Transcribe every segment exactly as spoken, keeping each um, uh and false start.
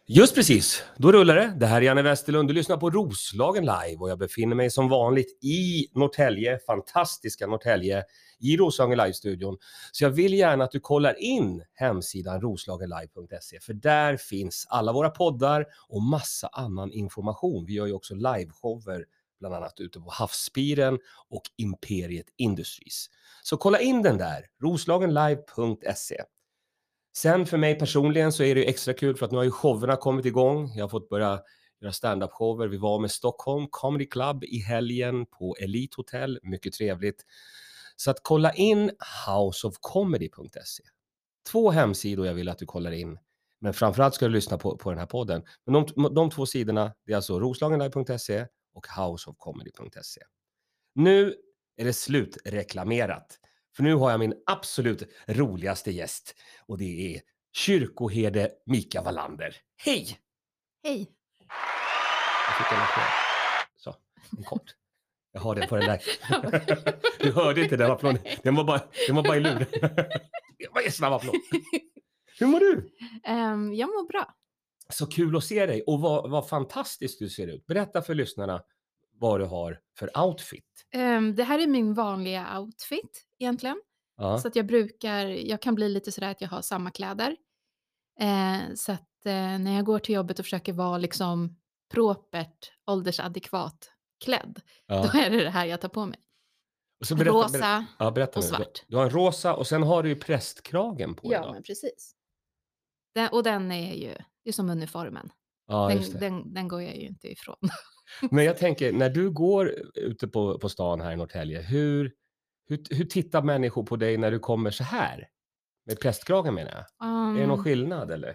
Just precis, då rullar det. Det här är Janne Westerlund, du lyssnar på Roslagen live och jag befinner mig som vanligt i Norrtälje, fantastiska Norrtälje, i Roslagen live-studion. Så jag vill gärna att du kollar in hemsidan roslagenlive punkt se, för där finns alla våra poddar och massa annan information. Vi gör ju också liveshower, bland annat ute på Havsspiren och Imperiet Industries. Så kolla in den där, roslagenlive punkt se. Sen för mig personligen så är det extra kul för att nu har ju showerna kommit igång. Jag har fått börja göra stand-up-shower. Vi var med Stockholm Comedy Club i helgen på Elite Hotel. Mycket trevligt. Så att kolla in house of comedy punkt se. Två hemsidor jag vill att du kollar in. Men framförallt ska du lyssna på, på den här podden. Men de, de två sidorna, det är alltså roslagenlive punkt se och house of comedy punkt se. Nu är det slutreklamerat. För nu har jag min absolut roligaste gäst och det är kyrkoherde Mika Wallander. Hej! Hej! Jag fick en applåd. Så, en kort. Jag har den på den där. Du hörde inte den applåden. Den var bara, den var bara i luren. Det var en snabb applåd. Hur mår du? Um, jag mår bra. Så kul att se dig och vad, vad fantastiskt du ser ut. Berätta för lyssnarna vad du har för outfit. Um, det här är min vanliga outfit egentligen. Ja. Så att jag brukar, jag kan bli lite sådär att jag har samma kläder. Uh, så att uh, när jag går till jobbet och försöker vara liksom propert, åldersadekvat klädd. Ja. Då är det det här jag tar på mig. Och så berätta, rosa berätta, ja, berätta och nu. svart. Du, du har en rosa och sen har du ju prästkragen på Ja, dig. men precis. Den, och den är ju, det är som uniformen. Ja, just Den, det. den, den går jag ju inte ifrån. Men jag tänker, när du går ute på, på stan här i Norrtälje, hur, hur, hur tittar människor på dig när du kommer så här? Med prästkragen menar jag. Um, är det någon skillnad eller?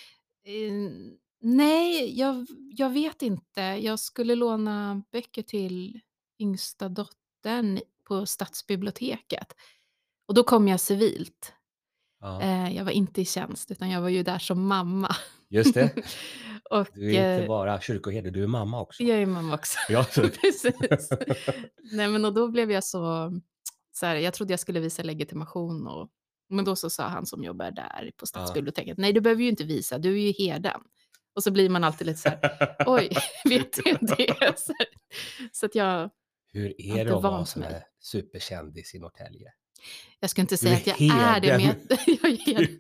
Eh, nej, jag, jag vet inte. Jag skulle låna böcker till yngsta dottern på stadsbiblioteket. Och då kom jag civilt. Ja, Eh, jag var inte i tjänst, utan jag var ju där som mamma. just det. Och Du är inte eh, bara kyrkoherde, du är mamma också. jag är mamma också. Ja, så. Precis. Nej, men och då blev jag så, så här, jag trodde jag skulle visa legitimation. Och, men då så sa han som jobbar där på stadsbiblioteket, nej du behöver ju inte visa, du är ju herden. Och så blir man alltid lite så här, oj, vet du det? Så, så att jag, Hur är inte det att vara vant sån mig. här superkändis i Norrtälje? jag ska inte Du säga är att jag är det, men herden. jag, jag är herden.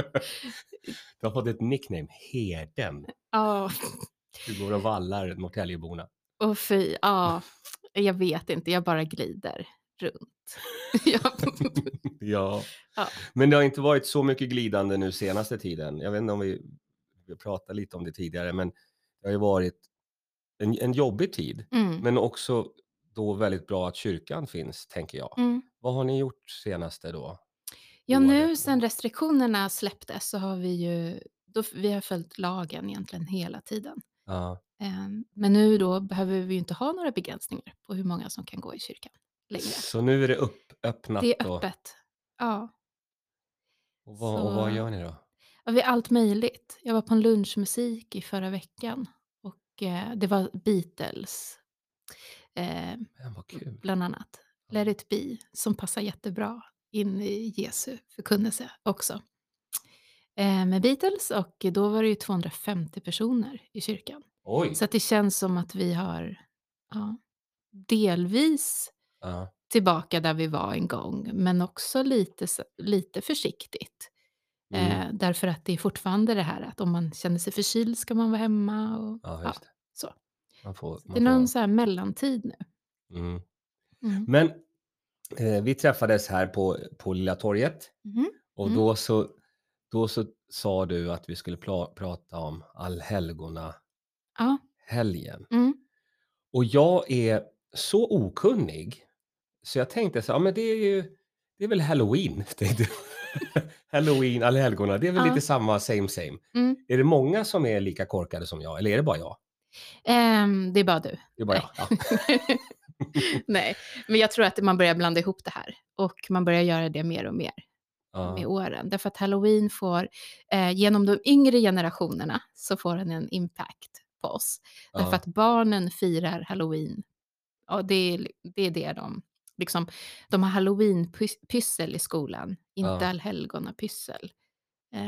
Du har fått ett nickname, herden. Ja, Du går och vallar Norrtäljeborna. och fy, ja, jag vet inte, jag bara glider runt. Ja. Ja. Ja. Men det har inte varit så mycket glidande nu senaste tiden. Jag vet inte om vi, vi pratade lite om det tidigare, men det har ju varit en, en jobbig tid. Mm. Men också då väldigt bra att kyrkan finns, tänker jag. Mm. Vad har ni gjort senaste då? Ja, året? nu sen restriktionerna släpptes så har vi ju, då, vi har följt lagen egentligen hela tiden. Ja. Ehm, Men nu då behöver vi ju inte ha några begränsningar på hur många som kan gå i kyrkan längre. Så nu är det upp, öppnat Det är och, öppet. Ja, och, vad, Så- och vad gör ni då? och vi är allt möjligt. Jag var på en lunchmusik i förra veckan och eh, det var Beatles eh, Men vad kul. bland annat. Let it be, som passar jättebra in i Jesu förkunnelse också. Eh, med Beatles, och då var det ju tvåhundrafemtio personer i kyrkan. Oj! Så att det känns som att vi har ja, delvis Ja. tillbaka där vi var en gång, men också lite, s- lite försiktigt. Mm. Eh, därför att det är fortfarande det här att om man känner sig förkyld ska man vara hemma. Och, Ja, ja, just det. så. Man får, Det är man någon får. så här mellantid nu. Mm. Mm. Men eh, vi träffades här på, på Lilla torget. Mhm. Och Mm. då så, då så sa du att vi skulle pla- prata om allhelgona Ja. helgen. Mm. Och jag är så okunnig så jag tänkte så ja men det är ju det är väl Halloween. tänkte jag. Halloween, allhelgona, det är väl Ja. lite samma same same. Mm. Är det många som är lika korkade som jag eller är det bara jag? Ehm, det är bara du. Det är bara Nej. jag. Ja. Nej, men jag tror att man börjar blanda ihop det här. Och man börjar göra det mer och mer med Ja. åren. Därför att Halloween får, eh, genom de yngre generationerna, så får den en impact på oss. Därför Ja. att barnen firar Halloween. Ja, det är det, är det de, liksom, de har Halloween-pyssel i skolan, inte Ja. allhelgona-pyssel. Ehm,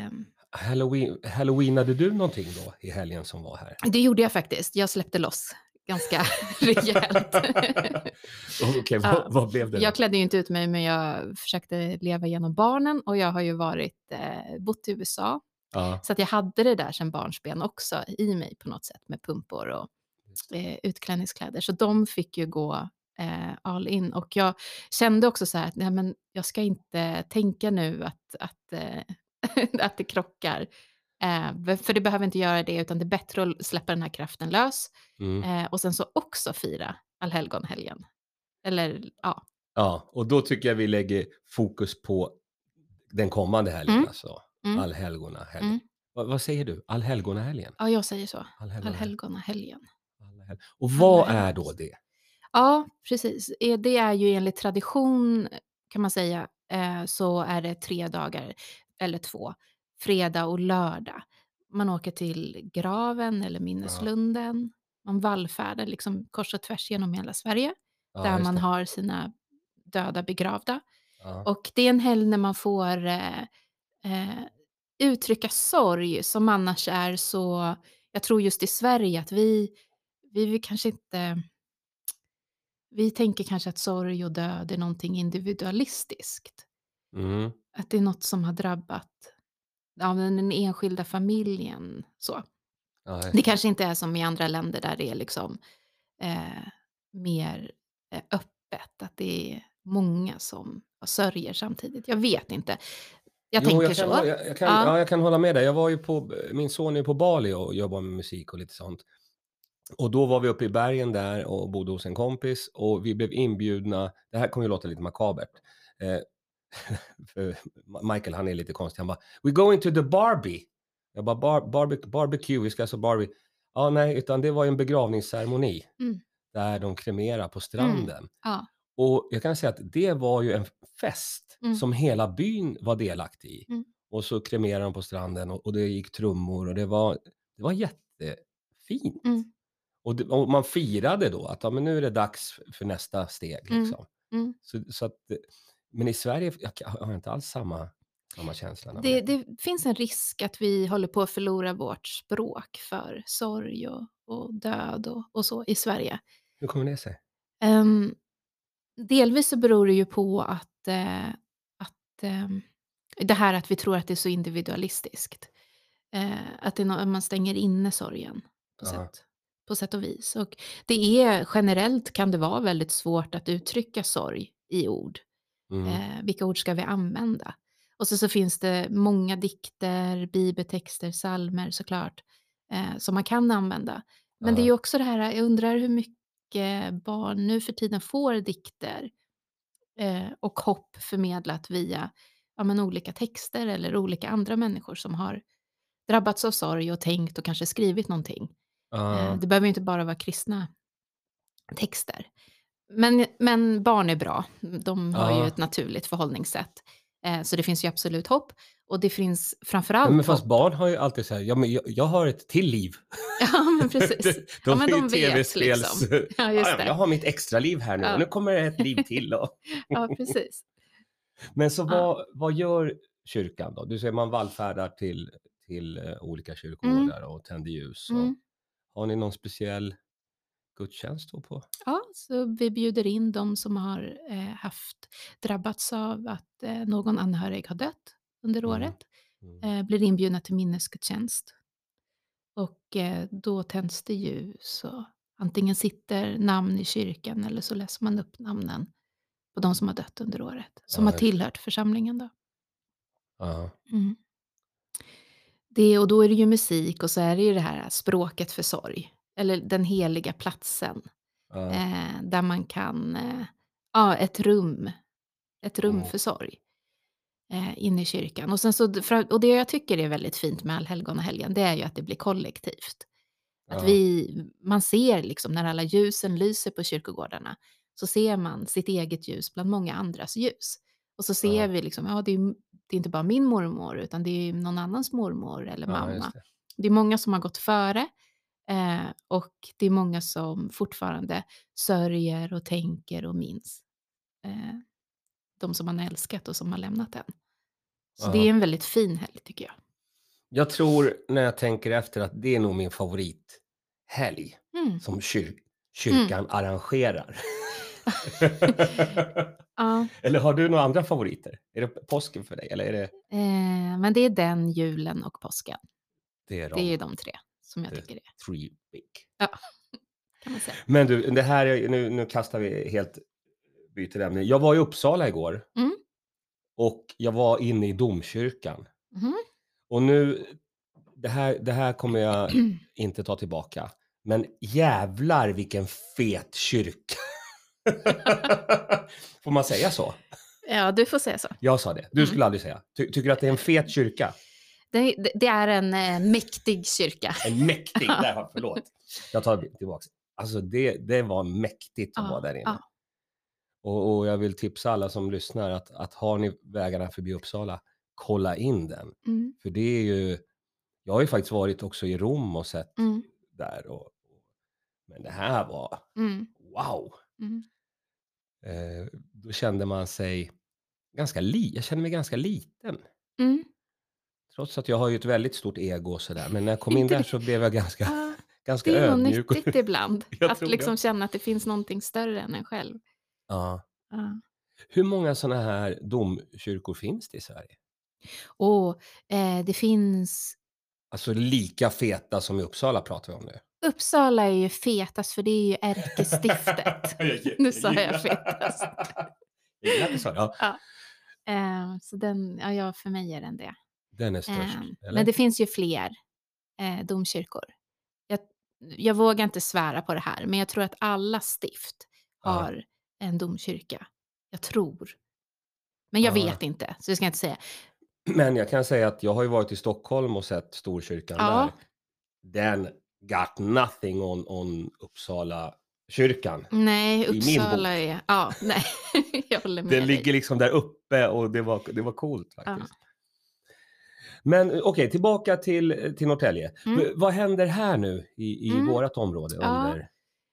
Halloween, halloweenade du någonting då i helgen som var här? Det gjorde jag faktiskt. Jag släppte loss ganska rejält. Okej, vad, Ja, vad blev det då? jag klädde ju inte ut mig, men jag försökte leva genom barnen och jag har ju varit, eh, bott i U S A. Ja, Så att jag hade det där sen barnsben också i mig på något sätt med pumpor och just det. eh, utklädningskläder. Så de fick ju gå eh, all in. Och jag kände också så här att nej, men jag ska inte tänka nu att, att, eh, att det krockar. Eh, för det behöver inte göra det, utan det är bättre att släppa den här kraften lös. Mm. Eh, och sen så också fira allhelgonhelgen. Eller ja. Ja, och då tycker jag vi lägger fokus på den kommande helgen, Mm, alltså mm, allhelgonahelgen. mm. Vad, vad säger du? Allhelgonahelgen? Ja, jag säger så. Allhelgonahelgen. Allhelgonahelgen. Allhel- Och Alla vad är helgons. då det? Ja, precis. Eh, Det är ju enligt tradition, kan man säga, eh, så är det tre dagar, eller två, fredag och lördag. Man åker till graven eller Ja, minneslunden. Man vallfärdar liksom kors och tvärs genom hela Sverige, ja, där just man det. har sina döda begravda. Ja. Och det är en helg när man får eh, eh, uttrycka sorg som annars är så, jag tror just i Sverige att vi, vi vill kanske inte, vi tänker kanske att sorg och död är någonting individualistiskt. Mm. Att det är något som har drabbat ja, men den enskilda familjen. Så. Ja, just Det det. kanske inte är som i andra länder där det är liksom, eh, mer eh, öppet. Att det är många som sörjer samtidigt. Jag vet inte. Jag Jo, tänker jag kan, hå- så. jag, jag, kan, Ja. ja, jag kan hålla med dig. Jag var ju på, min son är på Bali och jobbar med musik och lite sånt. Och då var vi uppe i bergen där och bodde hos en kompis och vi blev inbjudna, det här kommer ju låta lite makabert. Eh, för Michael, han är lite konstig, han bara "We're going to the Barbie." Jag bara Bar, barbe, barbecue, vi ska alltså Barbie. Ja, nej, utan det var ju en begravningsceremoni Mm, där de kremerar på mm, stranden. ja. Och jag kan säga att det var ju en fest Mm, som hela byn var delaktig i. mm, Och så kremerade de på stranden och, och det gick trummor och det var, det var jättefint. mm, Och, det, och man firade då att ja, men nu är det dags för nästa steg. mm, Liksom. mm. Så, så att, men i Sverige jag, jag har inte alls samma, samma känsla. När man Det, är på. det finns en risk att vi håller på att förlora vårt språk för sorg och, och död och, och så i Sverige. Hur kommer det sig? Ehm, delvis så beror det ju på att, eh, att ehm, det här att vi tror att det är så individualistiskt. Eh, att det är nå- man stänger inne sorgen på Ja. sätt, på sätt och vis. Och det är generellt kan det vara väldigt svårt att uttrycka sorg i ord. Mm. Eh, vilka ord ska vi använda? Och så, så finns det många dikter, bibeltexter, psalmer såklart, eh, som man kan använda. Men det är Ja. ju också det här, jag undrar hur mycket barn nu för tiden får dikter eh, och hopp förmedlat via ja, men olika texter eller olika andra människor som har drabbats av sorg och tänkt och kanske skrivit någonting. Eh, Ja. det behöver ju inte bara vara kristna texter. Men, men barn är bra. De har ju Ja. ett naturligt förhållningssätt. Eh, så det finns ju absolut hopp. Och det finns Ja, framförallt men fast hopp. barn har ju alltid så här, ja, men jag, jag har ett till liv. Ja, men precis. de Ja, men är ju de vet tv-spels... liksom. Ja, just Ja, det. jag har mitt extra liv här nu Ja. och nu kommer det ett liv till. Då. Ja, precis. Men så Ja. vad, vad gör kyrkan då? Du säger man vallfärdar till, till eh, olika Mm, kyrkogårdar och tänder ljus. Och, mm. har ni någon speciell gudstjänst då på? Ja, så vi bjuder in de som har eh, haft drabbats av att eh, någon anhörig har dött under Mm. året. Mm. Eh, blir inbjudna till minnesgudstjänst. Och eh, då tänds det ljus och antingen sitter namn i kyrkan eller så läser man upp namnen på de som har dött under året. Som Ja, har just det. tillhört församlingen då. Ja. Mm. Det, och då är det ju musik och så är det ju det här språket för sorg. Eller den heliga platsen. Ja. Eh, där man kan, eh, ja ett rum. Ett rum Mm. för sorg. Eh, inne i kyrkan. Och, sen så, för- och det jag tycker är väldigt fint med allhelgonahelgen, det är ju att det blir kollektivt. Att Ja. vi, man ser liksom när alla ljusen lyser på kyrkogårdarna, så ser man sitt eget ljus bland många andras ljus. Och så ser Ja. vi liksom, ja det är, det är inte bara min mormor utan det är någon annans mormor eller Ja, mamma. just det. Det är många som har gått före eh, och det är många som fortfarande sörjer och tänker och minns. Eh, de som man har älskat och som har lämnat en. Så det Ja. är en väldigt fin helg tycker jag. Jag tror när jag tänker efter att det är nog min favorithelg Mm. som kyr Mm. kyrkan arrangerar. Ja, Eller har du några andra favoriter? Är det påsken för dig eller är det eh, men det är den, julen och påsken. det är Det är de, de tre som jag the tycker är. three big? Ja, kan man säga. Men du, det här är nu nu kastar vi helt byter ämne. Jag var i Uppsala igår Mm. och jag var inne i domkyrkan. Mhm. Och nu det här det här kommer jag inte ta tillbaka. Men jävlar vilken fet kyrka. Får man säga så? Ja, du får säga så. Jag sa det. Du Mm. skulle aldrig säga. Ty tycker du att det är en fet kyrka? Det, det, det är en eh, mäktig kyrka. En mäktig, där har förlåt. Jag tar tillbaka. Alltså det det var mäktigt att Ja, vara där inne. ja. Och, och jag vill tipsa alla som lyssnar att, att har ni vägarna förbi Uppsala, kolla in den. Mm. För det är ju, jag har ju faktiskt varit också i Rom och sett Mm. där. Och, och, men det här var, Mm. wow! Mm. Eh, då kände man sig ganska li, jag kände mig ganska liten. Mm. Trots att jag har ju ett väldigt stort ego och sådär. Men när jag kom in Inte där det. så blev jag ganska, Ja, ganska det är nog ödmjuk. nyttigt ibland. Jag Att tror liksom det. känna att det finns någonting större än en själv. Ja. Ja. Hur många sådana här domkyrkor finns det i Sverige? Och eh, det finns... Alltså lika feta som i Uppsala pratar vi om nu. Uppsala är ju fetast för det är ju ärkestiftet. Nu sa jag fetast. Jag gillar att du sa det. Ja. Ja. Eh, så den, ja, ja, för mig är den det. Den är störst, Eh, eller? men det finns ju fler eh, domkyrkor. Jag, jag vågar inte svära på det här, men jag tror att alla stift Ja. har en domkyrka. Jag tror. Men jag Ja. vet inte, så jag ska inte säga. Men jag kan säga att jag har ju varit i Stockholm och sett Storkyrkan Ja. där. Den got nothing on, on Uppsala kyrkan. Nej, min Uppsala bok. är... Ja, nej, jag håller med Den dig. ligger liksom där uppe och det var, det var coolt Ja. faktiskt. Men okej, okay, tillbaka till, till Norrtälje. Mm. V- vad händer här nu i, i Mm. vårat område? Ja. Under...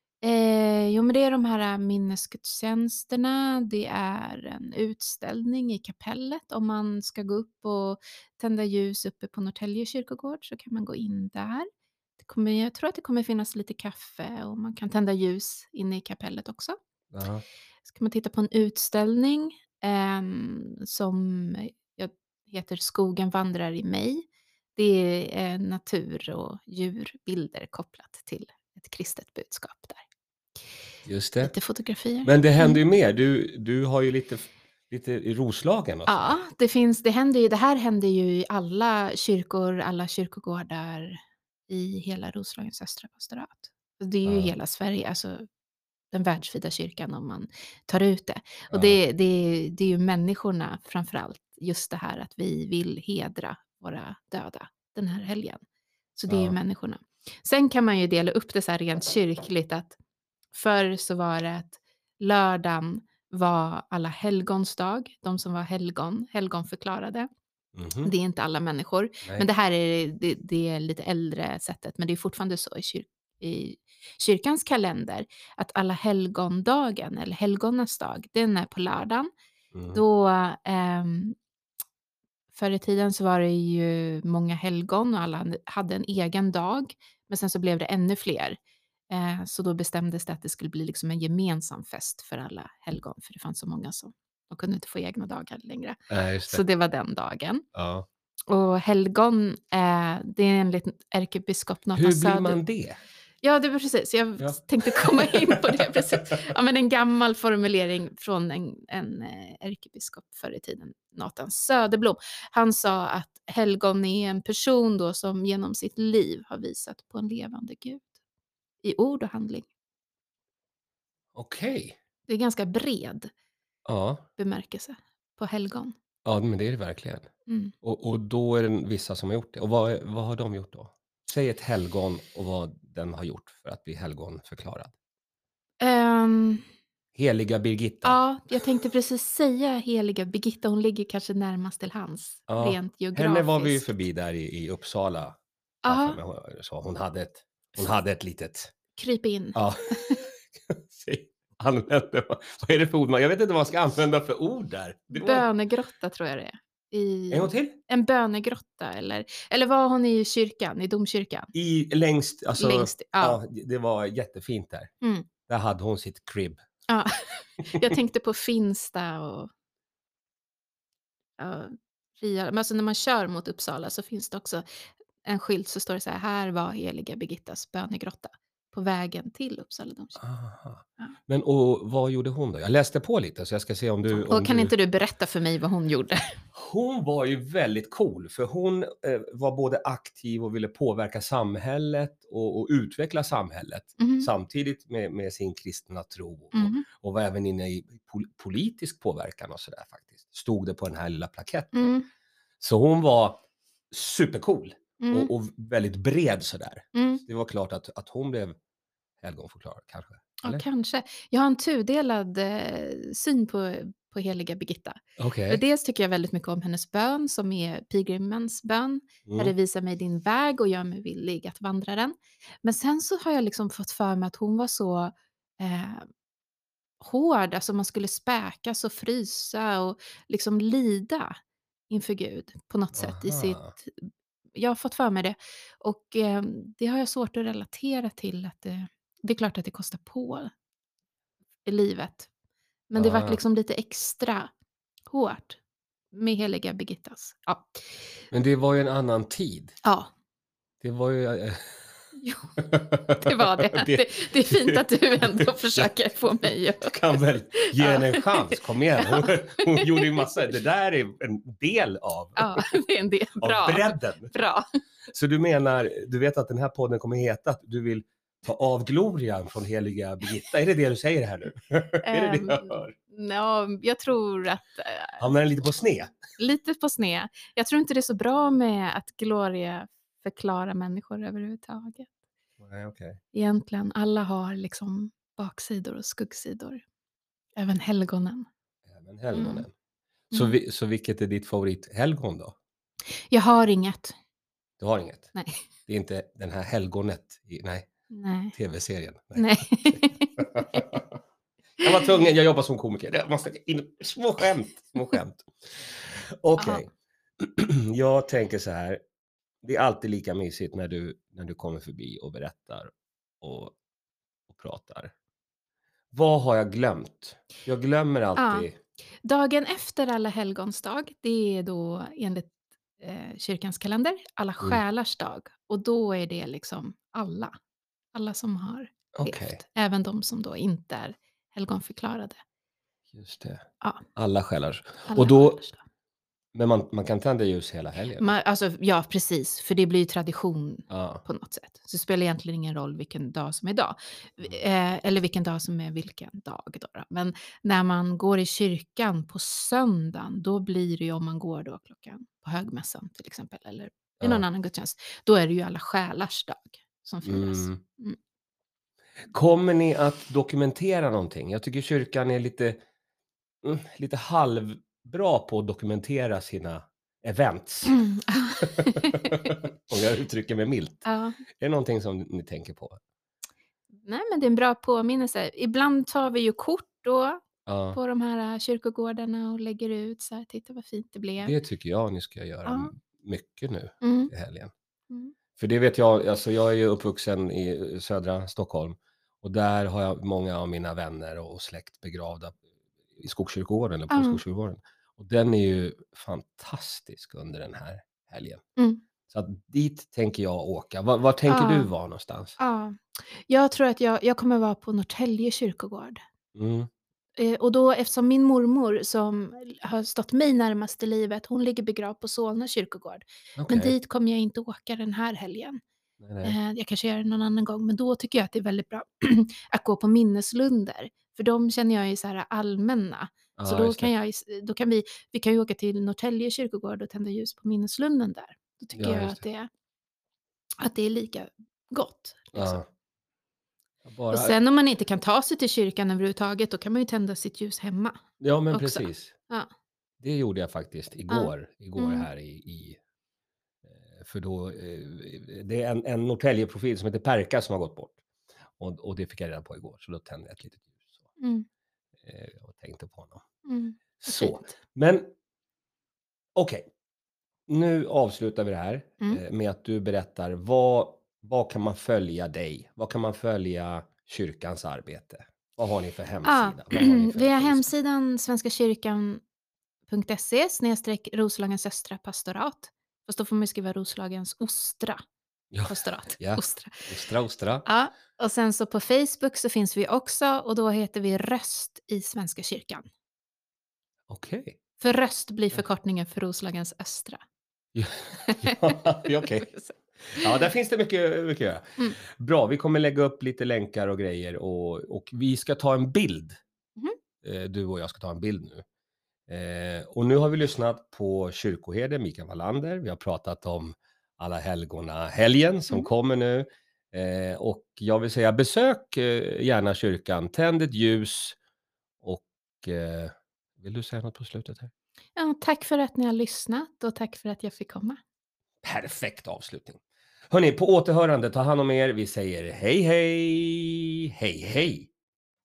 Eh, jo, men det är de här minnesgudstjänsterna. Det är en utställning i kapellet. Om man ska gå upp och tända ljus uppe på Norrtälje kyrkogård så kan man gå in där. Det kommer, jag tror att det kommer finnas lite kaffe och man kan tända ljus inne i kapellet också. Ja. Ska man titta på en utställning eh, som jag heter Skogen vandrar i mig. Det är natur- och djurbilder kopplat till ett kristet budskap där. Just det. Lite fotografier. Men det händer Mm. ju mer. Du, du har ju lite, lite i Roslagen. Och Ja, det finns, det händer ju, det här händer ju i alla kyrkor, alla kyrkogårdar i hela Roslagens östra pastorat. Det är ju Ja. hela Sverige, alltså den världsvida kyrkan om man tar ut det. Och Ja. det, det, det är ju människorna framförallt, just det här att vi vill hedra våra döda den här helgen. Så det är ju Ja. människorna. Sen kan man ju dela upp det så här rent kyrkligt att förr så var det att lördagen var alla helgons dag, de som var helgon, helgonförklarade. Mhm. Det är inte alla människor. Nej. Men det här är det, det är lite äldre sättet, men det är fortfarande så i, kyr, i kyrkans kalender att alla helgondagen eller helgonas dag, den är på lördagen. Mm. Då ehm, förr i tiden så var det ju många helgon och alla hade en egen dag, men sen så blev det ännu fler. Eh, så då bestämdes det att det skulle bli liksom en gemensam fest för alla helgon, för det fanns så många som de kunde inte få egna dagar längre. Nej, just det. Så det var den dagen. Ja. Och helgon, eh, det är enligt ärkebiskop Nathan Hur Söder. blir man det? Ja, det var precis. Jag Ja. tänkte komma in på det. Precis. Ja, men en gammal formulering från en, en eh, ärkebiskop förr i tiden, Nathan Söderblom. Han sa att helgon är en person då som genom sitt liv har visat på en levande Gud. I ord och handling. Okej. Det är ganska bred Ja. bemärkelse på helgon. Ja, men det är det verkligen. Mm. Och, och då är det vissa som har gjort det. Och vad, vad har de gjort då? Säg ett helgon och vad den har gjort för att bli helgonförklarad. Ehm, Heliga Birgitta. ja, jag tänkte precis säga heliga Birgitta. Hon ligger kanske närmast till hands. Ja, Rent geografiskt. Henne var vi ju förbi där i, i Uppsala. Ja. Ja, hon, så hon, hade ett, hon hade ett litet... Kryp in. Ja. Använde, vad är det för ord? Jag vet inte vad man ska använda för ord där. Det var... Bönegrotta tror jag det är. I En gång till? en bönegrotta eller eller var hon i kyrkan, i domkyrkan? I längst, alltså, Längst ja. ja, det det var jättefint där. Mm. Där hade hon sitt crib. Ja. Jag tänkte på Finsta och ja, Ria men alltså när man kör mot Uppsala så finns det också en skylt så står det så här: "Här var heliga Birgittas bönegrotta." På vägen till Uppsala domkyrka. Aha. Ja. Men och vad gjorde hon då? Jag läste på lite så jag ska se om du om Och kan du... inte du berätta för mig vad hon gjorde? Hon var ju väldigt cool för hon eh, var både aktiv och ville påverka samhället och, och utveckla samhället Mhm. samtidigt med, med sin kristna tro och, Mhm. och var även inne i pol, politisk påverkan och sådär faktiskt. Stod det på den här lilla plaketten. Mm. Så hon var supercool Mm. och, och väldigt bred sådär. Mm. Det var klart att, att hon blev helgonförklarad kanske. Ja, Eller? kanske. Jag har en tudelad eh, syn på, på heliga Birgitta. Okej. För dels tycker jag väldigt mycket om hennes bön som är pilgrimens bön. Mm. Herre visa mig din väg och gör mig villig att vandra den. Men sen så har jag liksom fått för mig att hon var så eh, hård, alltså man skulle späkas och frysa och liksom lida inför Gud på något sätt i Aha. sitt... Jag har fått för mig det och eh, det har jag svårt att relatera till att det, det är klart att det kostar på i livet. Men det vart Ah. liksom lite extra hårt med heliga Birgittas. Ja. Men det var ju en annan tid. Ja, Det var ju... eh, jo, det var det. det. Det är fint att du ändå försöker få mig att... Du kan väl ge Ja. henne en chans, kom igen. Hon, hon gjorde ju massa, det där är en del av, Ja, det är en del. av Bra. bredden. Bra. Så du menar, du vet att den här podden kommer heta att du vill ta av glorian från heliga Birgitta. Är det det du säger här nu? Är det det jag Ehm, hör? Ja, jag tror att... eh, Hamnar den lite på sned? Lite på sned. Jag tror inte det är så bra med att Gloria förklara människor överhuvudtaget. Nej, okej. Egentligen, alla har liksom baksidor och skuggsidor. Även helgonen. Även helgonen. Mm. Så, Mm. vi, så vilket är ditt favorithelgon då? Jag har inget. Du har inget? Nej. Det är inte den här helgonet i, nej, Nej. tv-serien? Nej. Jag var tvungen, jag jobbar som komiker. Jag måste in, små skämt, små skämt. Okej. Jag tänker så här. Det är alltid lika mysigt när du, när du kommer förbi och berättar och, och pratar. Vad har jag glömt? Jag glömmer alltid. Dagen efter alla helgons dag, det är då enligt eh, kyrkans kalender alla Mm. själars dag. Och då är det liksom alla. Alla som har Okej. levt. Även de som då inte är helgonförklarade. Just det. Ja, Alla själar. alla Och då, själars dag. men man, man kan tända ljus hela helgen. Man, alltså, ja, precis. För det blir ju tradition Ja. på något sätt. Så det spelar egentligen ingen roll vilken dag som är dag. Eh, eller vilken dag som är vilken dag. Då, då. Men när man går i kyrkan på söndagen, då blir det ju om man går då klockan på högmässan till exempel. Eller i Ja. någon annan gudstjänst. Då är det ju alla själars dag som firas. Mm. Mm. Kommer ni att dokumentera någonting? Jag tycker kyrkan är lite, mm, lite halvbra på att dokumentera sina events. Mm. Om jag uttrycker mig milt. Ja. Är det någonting som ni tänker på? Nej, men det är en bra påminnelse. Ibland tar vi ju kort då Ja, på de här äh, kyrkogårdarna och lägger ut så här, titta vad fint det blev. det tycker jag ni ska göra Ja. mycket nu Mm. i helgen. Mm. För det vet jag, alltså jag är ju uppvuxen i södra Stockholm och där har jag många av mina vänner och släkt begravda i Skogskyrkogården eller på Ja. Skogskyrkogården. Och den är ju fantastisk under den här helgen. Mm. Så att dit tänker jag åka. Var, var tänker Ja. du vara någonstans? Ja, jag tror att jag, jag kommer vara på Norrtälje kyrkogård. Mm. Eh, och då eftersom min mormor som har stått mig närmast i livet, hon ligger begravd på Solna kyrkogård. Okej. Men dit kommer jag inte åka den här helgen. Nej, nej. Eh, jag kanske gör det någon annan gång, men då tycker jag att det är väldigt bra att gå på minneslunder. För de känner jag är så här allmänna. Ja, så då just det. kan, jag, då kan vi, vi kan ju åka till Norrtälje kyrkogård och tända ljus på minneslunden där. Då tycker Ja, jag just att det, att det är lika gott. Liksom. Ja. Bara... Och sen om man inte kan ta sig till kyrkan överhuvudtaget, då kan man ju tända sitt ljus hemma. Ja, men också. precis. Ja. Det gjorde jag faktiskt igår, igår Mm. här i, i eh, för då, eh, det är en, en Norrtäljeprofil som heter Perka som har gått bort. Och, och det fick jag reda på igår, så då tände jag ett litet ljus så, Mm. eh, och tänkte på honom. Mm. Vad Så, fint. men Okej, nu avslutar vi det här Mm. eh, med att du berättar vad, vad kan man följa dig? Vad kan man följa kyrkans arbete? Vad har ni för Ja, hemsida? Vad har ni för vi har Facebook? hemsidan svenskakyrkan punkt se snedstreck Roslagens östra pastorat. Fast då får man ju skriva Roslagens ostra Ja, pastorat. ja. Ostra. Ostra, ostra. Ja, och sen så på Facebook så finns vi också och då heter vi Röst i Svenska kyrkan. Okej. För röst blir förkortningen för Roslagens östra. Ja, ja, okej. Ja, där finns det mycket, mycket att göra. Mm. Bra, vi kommer lägga upp lite länkar och grejer och, och vi ska ta en bild. Mhm. Eh, Du och jag ska ta en bild nu. Eh, och nu har vi lyssnat på kyrkoherde Mikael Wallander. Vi har pratat om alla helgona helgen som Mm. kommer nu. Eh, och jag vill säga besök eh, gärna kyrkan, tänd ett ljus och eh, vill du säga något på slutet här? Ja, tack för att ni har lyssnat och tack för att jag fick komma. Perfekt avslutning. Hörni, på återhörande, ta hand om er. Vi säger hej, hej, hej, hej.